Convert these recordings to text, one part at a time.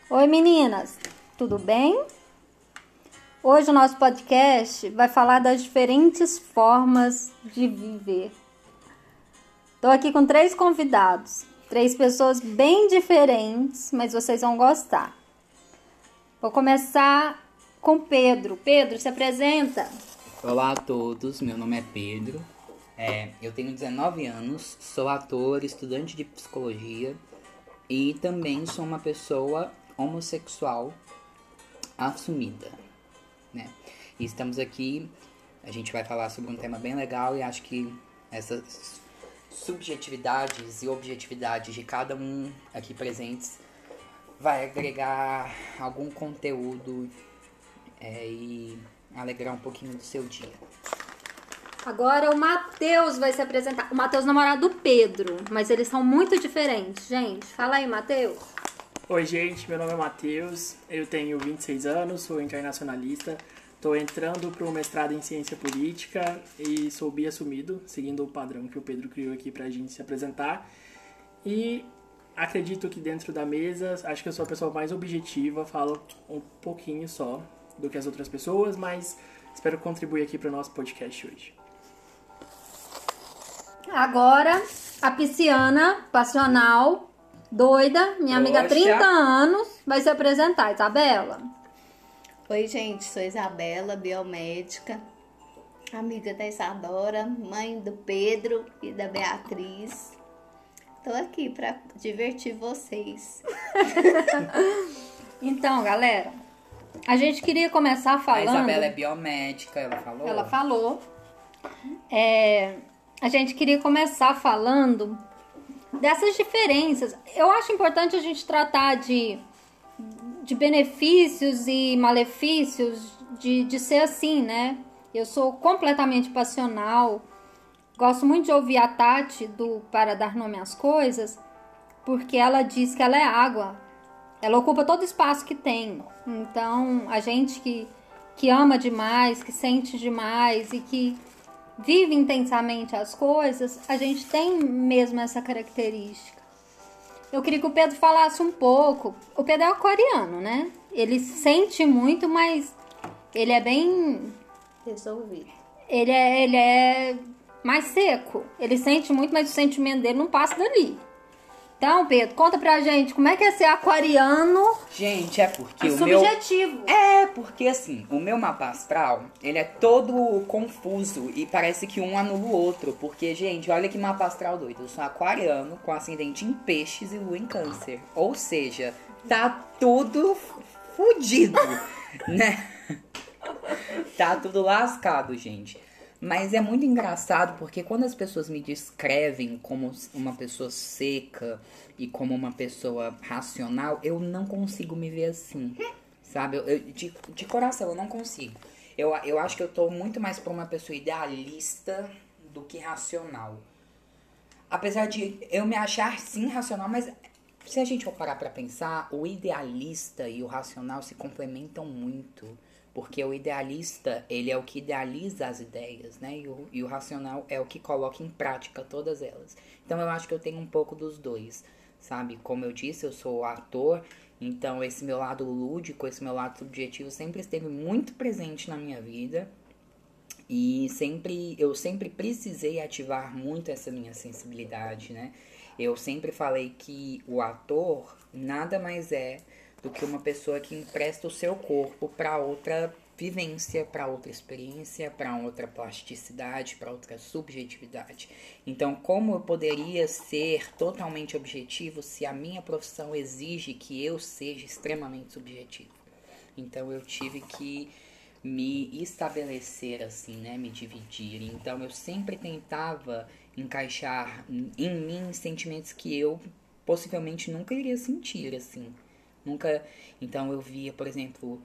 Oi meninas, tudo bem? Hoje o nosso podcast vai falar das diferentes formas de viver. Estou aqui com 3 convidados, 3 pessoas bem diferentes, mas vocês vão gostar. Vou começar com Pedro. Pedro, se apresenta. Olá a todos, meu nome é Pedro, eu tenho 19 anos, sou ator, estudante de psicologia e também sou uma pessoa homossexual assumida, né? E estamos aqui, a gente vai falar sobre um tema bem legal e acho que essas subjetividades e objetividades de cada um aqui presentes vai agregar algum conteúdo e alegrar um pouquinho do seu dia. Agora o Matheus vai se apresentar. O Matheus é namorado do Pedro, mas eles são muito diferentes, gente. Fala aí, Matheus. Oi, gente, meu nome é Matheus, eu tenho 26 anos, sou internacionalista, estou entrando para o mestrado em ciência política e sou bi-assumido, seguindo o padrão que o Pedro criou aqui para a gente se apresentar. E acredito que dentro da mesa, acho que eu sou a pessoa mais objetiva, falo um pouquinho só do que as outras pessoas, mas espero contribuir aqui para o nosso podcast hoje. Agora, a pisciana, passional, doida, minha amiga há 30 anos, vai se apresentar. Isabela. Oi, gente, sou Isabela, biomédica, amiga da Isadora, mãe do Pedro e da Beatriz. Tô aqui pra divertir vocês. Então, galera, a gente queria começar falando... A Isabela é biomédica, ela falou? Ela falou. A gente queria começar falando dessas diferenças. Eu acho importante a gente tratar de benefícios e malefícios de ser assim, né? Eu sou completamente passional. Gosto muito de ouvir a Tati do Para Dar Nome às Coisas, porque ela diz que ela é água. Ela ocupa todo o espaço que tem. Então, a gente que ama demais, que sente demais e que vive intensamente as coisas, a gente tem mesmo essa característica. Eu queria que o Pedro falasse um pouco. O Pedro é aquariano, né? Ele sente muito, mas ele é bem... Resolvido. Ele é mais seco. Ele sente muito, mas o sentimento dele não passa dali. Então, Pedro, conta pra gente como é que é ser aquariano. Gente, é porque o subjetivo. Porque assim, o meu mapa astral, ele é todo confuso e parece que um anula o outro. Porque, gente, olha que mapa astral doido. Eu sou aquariano com ascendente em peixes e lua em câncer. Ou seja, tá tudo fudido, né? Tá tudo lascado, gente. Mas é muito engraçado porque quando as pessoas me descrevem como uma pessoa seca e como uma pessoa racional, eu não consigo me ver assim, sabe? De coração, eu não consigo. Eu acho que eu tô muito mais pra uma pessoa idealista do que racional. Apesar de eu me achar sim racional, mas se a gente for parar pra pensar, o idealista e o racional se complementam muito. Porque o idealista, ele é o que idealiza as ideias, né? E o racional é o que coloca em prática todas elas. Então eu acho que eu tenho um pouco dos dois, sabe? Como eu disse, eu sou ator, então esse meu lado lúdico, esse meu lado subjetivo sempre esteve muito presente na minha vida. E eu sempre precisei ativar muito essa minha sensibilidade, né? Eu sempre falei que o ator nada mais é do que uma pessoa que empresta o seu corpo para outra vivência, para outra experiência, para outra plasticidade, para outra subjetividade. Então, como eu poderia ser totalmente objetivo se a minha profissão exige que eu seja extremamente subjetivo? Então, eu tive que me estabelecer assim, né, me dividir. Então, eu sempre tentava encaixar em mim sentimentos que eu possivelmente nunca iria sentir, assim. Nunca. Então eu via, por exemplo,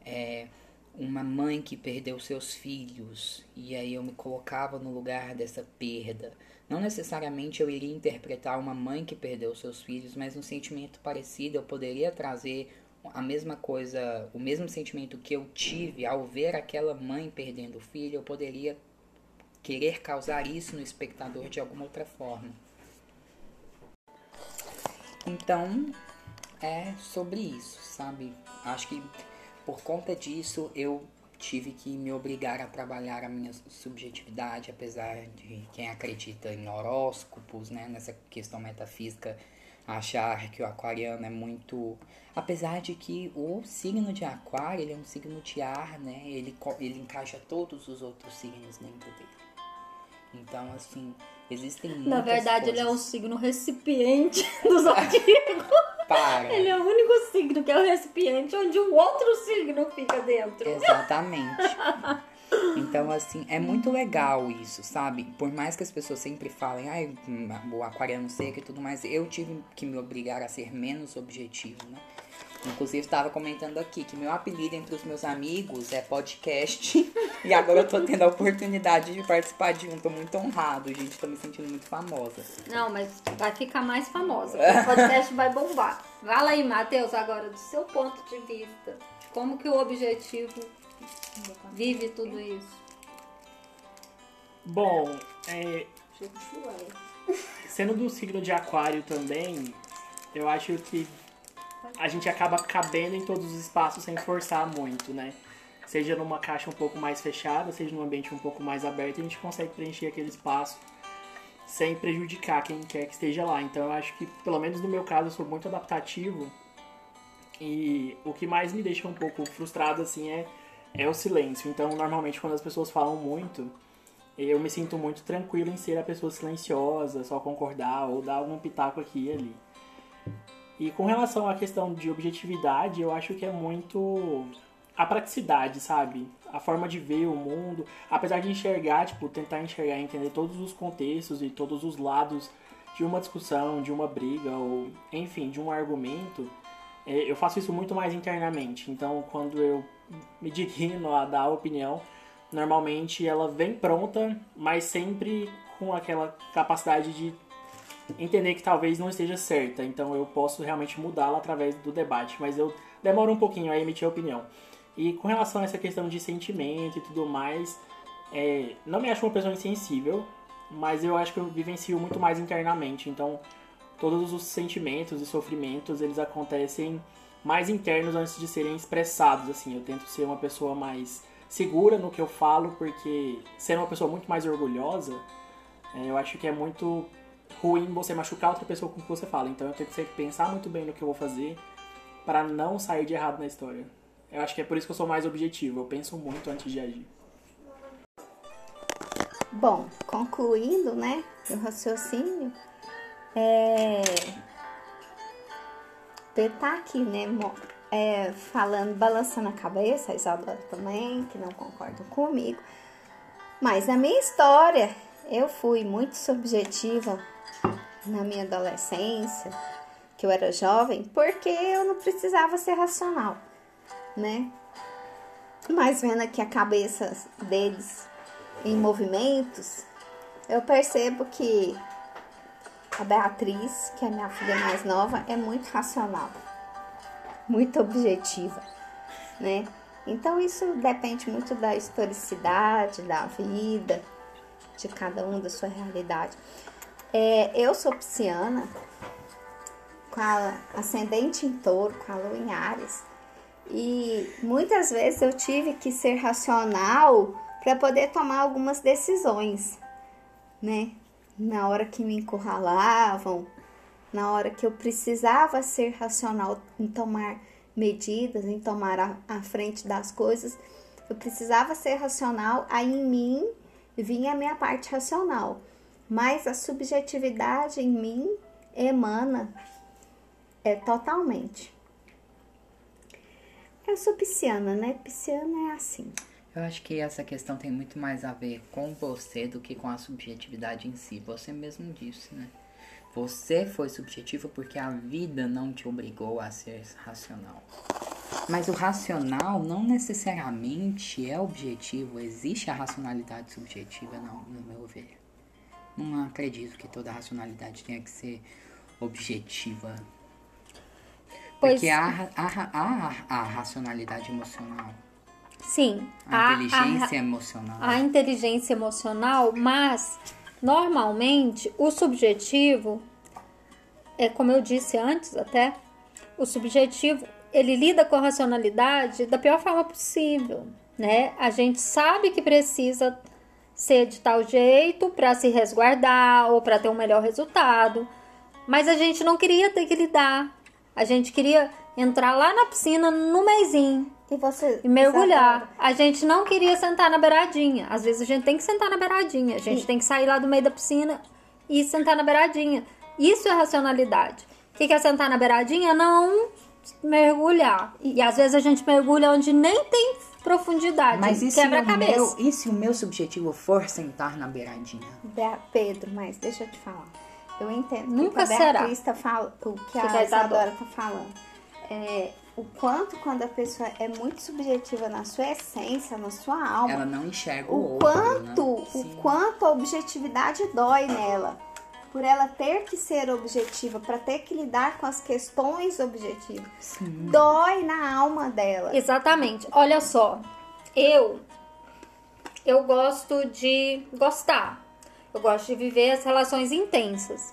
uma mãe que perdeu seus filhos e aí eu me colocava no lugar dessa perda. Não necessariamente eu iria interpretar uma mãe que perdeu seus filhos, mas um sentimento parecido eu poderia trazer a mesma coisa, o mesmo sentimento que eu tive ao ver aquela mãe perdendo o filho, eu poderia querer causar isso no espectador de alguma outra forma. Então, é sobre isso, sabe? Acho que por conta disso eu tive que me obrigar a trabalhar a minha subjetividade, apesar de quem acredita em horóscopos, né, nessa questão metafísica, achar que o aquariano é muito... Apesar de que o signo de aquário, ele é um signo de ar, né, ele encaixa todos os outros signos dentro dele. Então, assim, existem muitas Na verdade, coisas. ele é um signo recipiente do zodíaco. Para. Ele é o único signo que é o recipiente onde o outro signo fica dentro. Exatamente. Então, assim, é muito legal isso, sabe? Por mais que as pessoas sempre falem, ai, o aquariano seco e tudo mais, eu tive que me obrigar a ser menos objetivo, né? Inclusive, estava comentando aqui que meu apelido entre os meus amigos é podcast. E agora eu tô tendo a oportunidade de participar de um. Tô muito honrado, gente. Tô me sentindo muito famosa. Não, mas vai ficar mais famosa. O podcast vai bombar. Fala aí, Matheus, agora, do seu ponto de vista. Como que o objetivo vive tudo isso? Bom, Chico Chuai. sendo do signo de aquário também, eu acho que a gente acaba cabendo em todos os espaços sem forçar muito, né? Seja numa caixa um pouco mais fechada, seja num ambiente um pouco mais aberto, a gente consegue preencher aquele espaço sem prejudicar quem quer que esteja lá. Então eu acho que, pelo menos no meu caso, eu sou muito adaptativo. E o que mais me deixa um pouco frustrado, assim, é o silêncio. Então, normalmente, quando as pessoas falam muito, eu me sinto muito tranquilo em ser a pessoa silenciosa, só concordar ou dar algum pitaco aqui e ali. E com relação à questão de objetividade, eu acho que é muito a praticidade, sabe? A forma de ver o mundo, apesar de enxergar, tipo, tentar enxergar e entender todos os contextos e todos os lados de uma discussão, de uma briga, ou, enfim, de um argumento, eu faço isso muito mais internamente. Então, quando eu me digno a dar a opinião, normalmente ela vem pronta, mas sempre com aquela capacidade de entender que talvez não esteja certa, então eu posso realmente mudá-la através do debate, mas eu demoro um pouquinho a emitir a opinião. E com relação a essa questão de sentimento e tudo mais, não me acho uma pessoa insensível, mas eu acho que eu vivencio muito mais internamente, então todos os sentimentos e sofrimentos, eles acontecem mais internos antes de serem expressados, assim. Eu tento ser uma pessoa mais segura no que eu falo, porque ser uma pessoa muito mais orgulhosa, eu acho que é muito ruim você machucar outra pessoa com o que você fala. Então eu tenho que pensar muito bem no que eu vou fazer para não sair de errado na história. Eu acho que é por isso que eu sou mais objetivo. Eu penso muito antes de agir. Bom, concluindo, né, o raciocínio, tá aqui, né, falando, balançando a cabeça, a Isadora também, que não concordam comigo, mas na minha história, eu fui muito subjetiva na minha adolescência, que eu era jovem, porque eu não precisava ser racional, né? Mas vendo aqui a cabeça deles em movimentos, eu percebo que a Beatriz, que é a minha filha mais nova, é muito racional, muito objetiva, né? Então isso depende muito da historicidade, da vida, de cada um, da sua realidade. Eu sou pisciana, com a ascendente em touro, com a lua em Áries, e muitas vezes eu tive que ser racional para poder tomar algumas decisões, né? Na hora que me encurralavam, na hora que eu precisava ser racional em tomar medidas, em tomar a frente das coisas, eu precisava ser racional, aí em mim vinha a minha parte racional, mas a subjetividade em mim emana totalmente. Eu sou pisciana, né? Pisciana é assim. Eu acho que essa questão tem muito mais a ver com você do que com a subjetividade em si. Você mesmo disse, né? Você foi subjetivo porque a vida não te obrigou a ser racional. Mas o racional não necessariamente é objetivo. Existe a racionalidade subjetiva, não, no meu ver. Não acredito que toda racionalidade tenha que ser objetiva. Porque há racionalidade emocional. Sim. A inteligência emocional. A inteligência emocional, mas normalmente o subjetivo, como eu disse antes até, o subjetivo, ele lida com a racionalidade da pior forma possível, né? A gente sabe que precisa ser de tal jeito para se resguardar ou para ter um melhor resultado, mas a gente não queria ter que lidar. A gente queria entrar lá na piscina no mesinho e mergulhar. Isabela, a gente não queria sentar na beiradinha. Às vezes a gente tem que sentar na beiradinha. A gente tem que sair lá do meio da piscina e sentar na beiradinha. Isso é racionalidade. O que é sentar na beiradinha? Não mergulhar. E às vezes a gente mergulha onde nem tem profundidade. Mas e quebra-cabeça. E se o meu subjetivo for sentar na beiradinha? Pedro, mas deixa eu te falar. Eu entendo Nunca o que a Beatriz tá falando, o que a Isadora tá falando. O quanto quando a pessoa é muito subjetiva na sua essência, na sua alma, ela não enxerga o outro, quanto, né? o quanto a objetividade dói nela. Por ela ter que ser objetiva, para ter que lidar com as questões objetivas. Sim. Dói na alma dela. Exatamente. Olha só, eu gosto de gostar. Eu gosto de viver as relações intensas.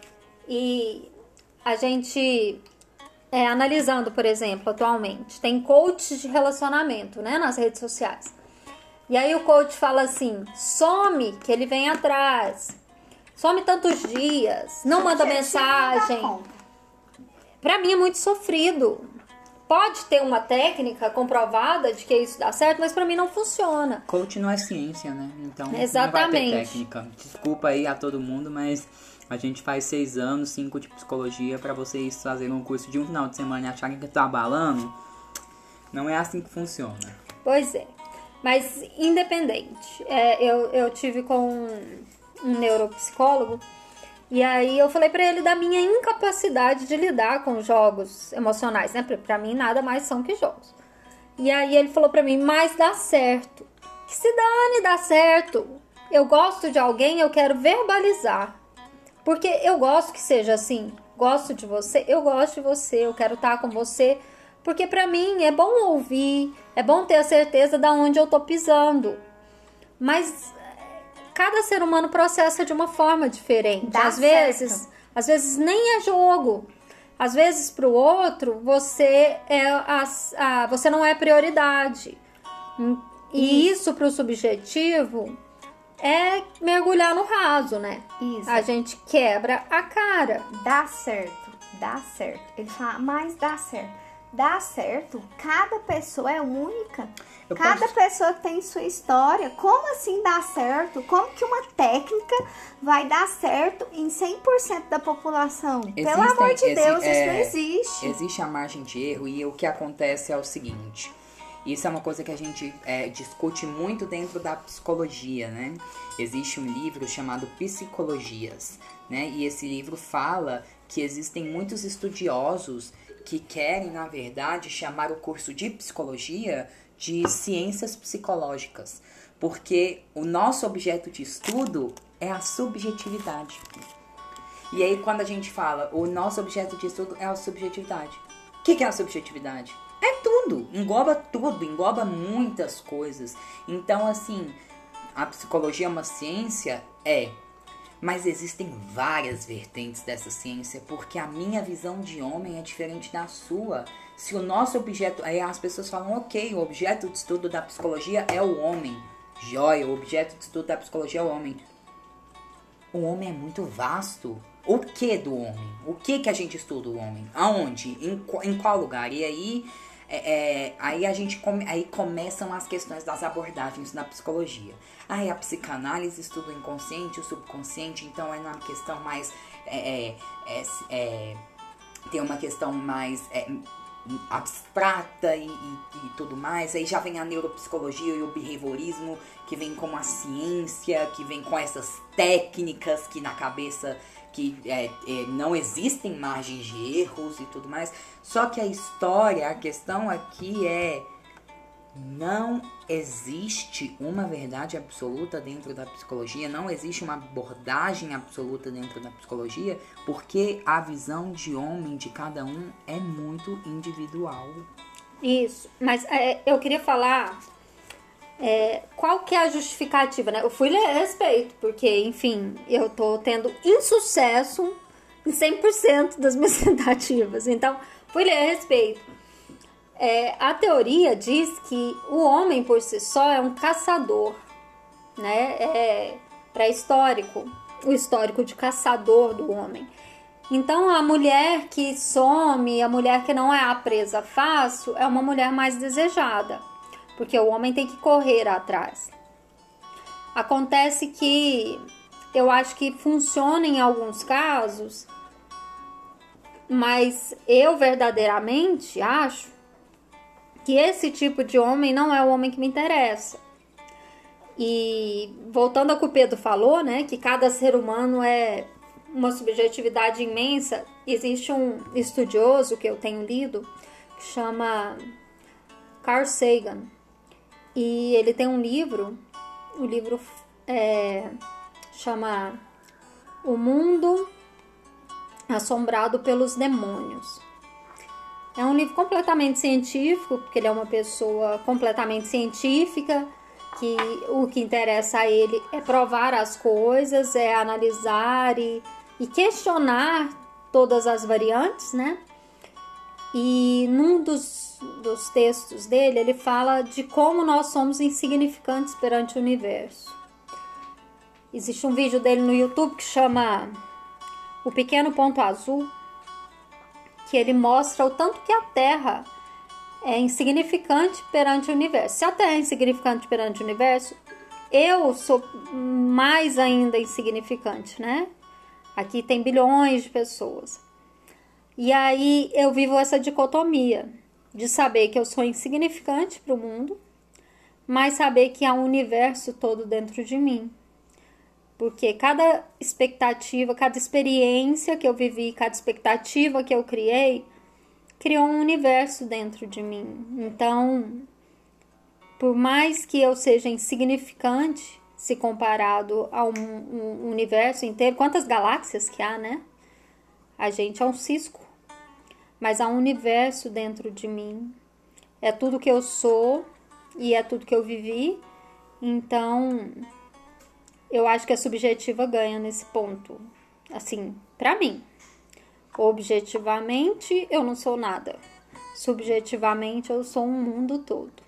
E a gente, analisando, por exemplo, atualmente, tem coaches de relacionamento, né, nas redes sociais. E aí o coach fala assim, some que ele vem atrás. Some tantos dias, não manda mensagem. Pra mim é muito sofrido. Pode ter uma técnica comprovada de que isso dá certo, mas pra mim não funciona. Coach não é ciência, né? Então exatamente. Não vai ter técnica. Desculpa aí a todo mundo, mas a gente faz 6 anos, 5 de psicologia pra vocês fazerem um curso de um final de semana e acharem que tá abalando. Não é assim que funciona. Pois é. Mas independente. Eu tive com um neuropsicólogo, e aí eu falei pra ele da minha incapacidade de lidar com jogos emocionais, né? Pra mim nada mais são que jogos. E aí ele falou pra mim, mas dá certo. Que se dane, dá certo. Eu gosto de alguém, eu quero verbalizar. Porque eu gosto que seja assim. Gosto de você, eu gosto de você, eu quero estar com você. Porque pra mim é bom ouvir, é bom ter a certeza de onde eu tô pisando. Mas cada ser humano processa de uma forma diferente. Às vezes nem é jogo. Às vezes pro outro você você não é prioridade. E isso pro subjetivo é mergulhar no raso, né? Isso. A gente quebra a cara. Dá certo. Ele fala, mas dá certo. Dá certo, cada pessoa é única. Cada pessoa tem sua história. Como assim dá certo? Como que uma técnica vai dar certo em 100% da população? Pelo amor de Deus, isso não existe. Existe a margem de erro e o que acontece é o seguinte. Isso é uma coisa que a gente discute muito dentro da psicologia, né? Existe um livro chamado Psicologias, né? E esse livro fala que existem muitos estudiosos que querem, na verdade, chamar o curso de psicologia de ciências psicológicas, porque o nosso objeto de estudo é a subjetividade. E aí, quando a gente fala o nosso objeto de estudo é a subjetividade, o que é a subjetividade? É tudo, engloba muitas coisas. Então, assim, a psicologia é uma ciência? Mas existem várias vertentes dessa ciência, porque a minha visão de homem é diferente da sua. Se o nosso objeto... Aí as pessoas falam, ok, o objeto de estudo da psicologia é o homem. Joia, o objeto de estudo da psicologia é o homem. O homem é muito vasto. O que do homem? O que a gente estuda o homem? Aonde? Em qual lugar? E aí... Aí começam as questões das abordagens na psicologia. Aí a psicanálise estuda o inconsciente, o subconsciente, então é uma questão mais tem uma questão mais abstrata e tudo mais. Aí já vem a neuropsicologia e o behaviorismo, que vem com a ciência, que vem com essas técnicas que na cabeça que não existem margens de erros e tudo mais. Só que a questão aqui não existe uma verdade absoluta dentro da psicologia, não existe uma abordagem absoluta dentro da psicologia, porque a visão de homem de cada um é muito individual. Isso, mas eu queria falar qual que é a justificativa, né? Eu fui ler a respeito, porque, enfim, eu tô tendo insucesso em 100% das minhas tentativas. Então, fui ler a respeito. A teoria diz que o homem por si só é um caçador, né? É pré-histórico, o histórico de caçador do homem. Então a mulher que some, a mulher que não é a presa fácil, é uma mulher mais desejada, porque o homem tem que correr atrás. Acontece que eu acho que funciona em alguns casos, mas eu verdadeiramente acho que esse tipo de homem não é o homem que me interessa. E voltando ao que o Pedro falou, né, que cada ser humano é uma subjetividade imensa, existe um estudioso que eu tenho lido, que chama Carl Sagan, e ele tem um livro, o livro chama O Mundo Assombrado pelos Demônios. É um livro completamente científico, porque ele é uma pessoa completamente científica, que o que interessa a ele é provar as coisas, é analisar e questionar todas as variantes, né? E num dos textos dele, ele fala de como nós somos insignificantes perante o universo. Existe um vídeo dele no YouTube que chama O Pequeno Ponto Azul, que ele mostra o tanto que a Terra é insignificante perante o universo. Se a Terra é insignificante perante o universo, eu sou mais ainda insignificante, né? Aqui tem bilhões de pessoas. E aí eu vivo essa dicotomia de saber que eu sou insignificante para o mundo, mas saber que há um universo todo dentro de mim. Porque cada expectativa, cada experiência que eu vivi, cada expectativa que eu criei, criou um universo dentro de mim. Então, por mais que eu seja insignificante, se comparado a um universo inteiro, quantas galáxias que há, né? A gente é um cisco, mas há um universo dentro de mim. É tudo que eu sou e é tudo que eu vivi. Então, eu acho que a subjetiva ganha nesse ponto. Assim, pra mim. Objetivamente, eu não sou nada. Subjetivamente, eu sou um mundo todo.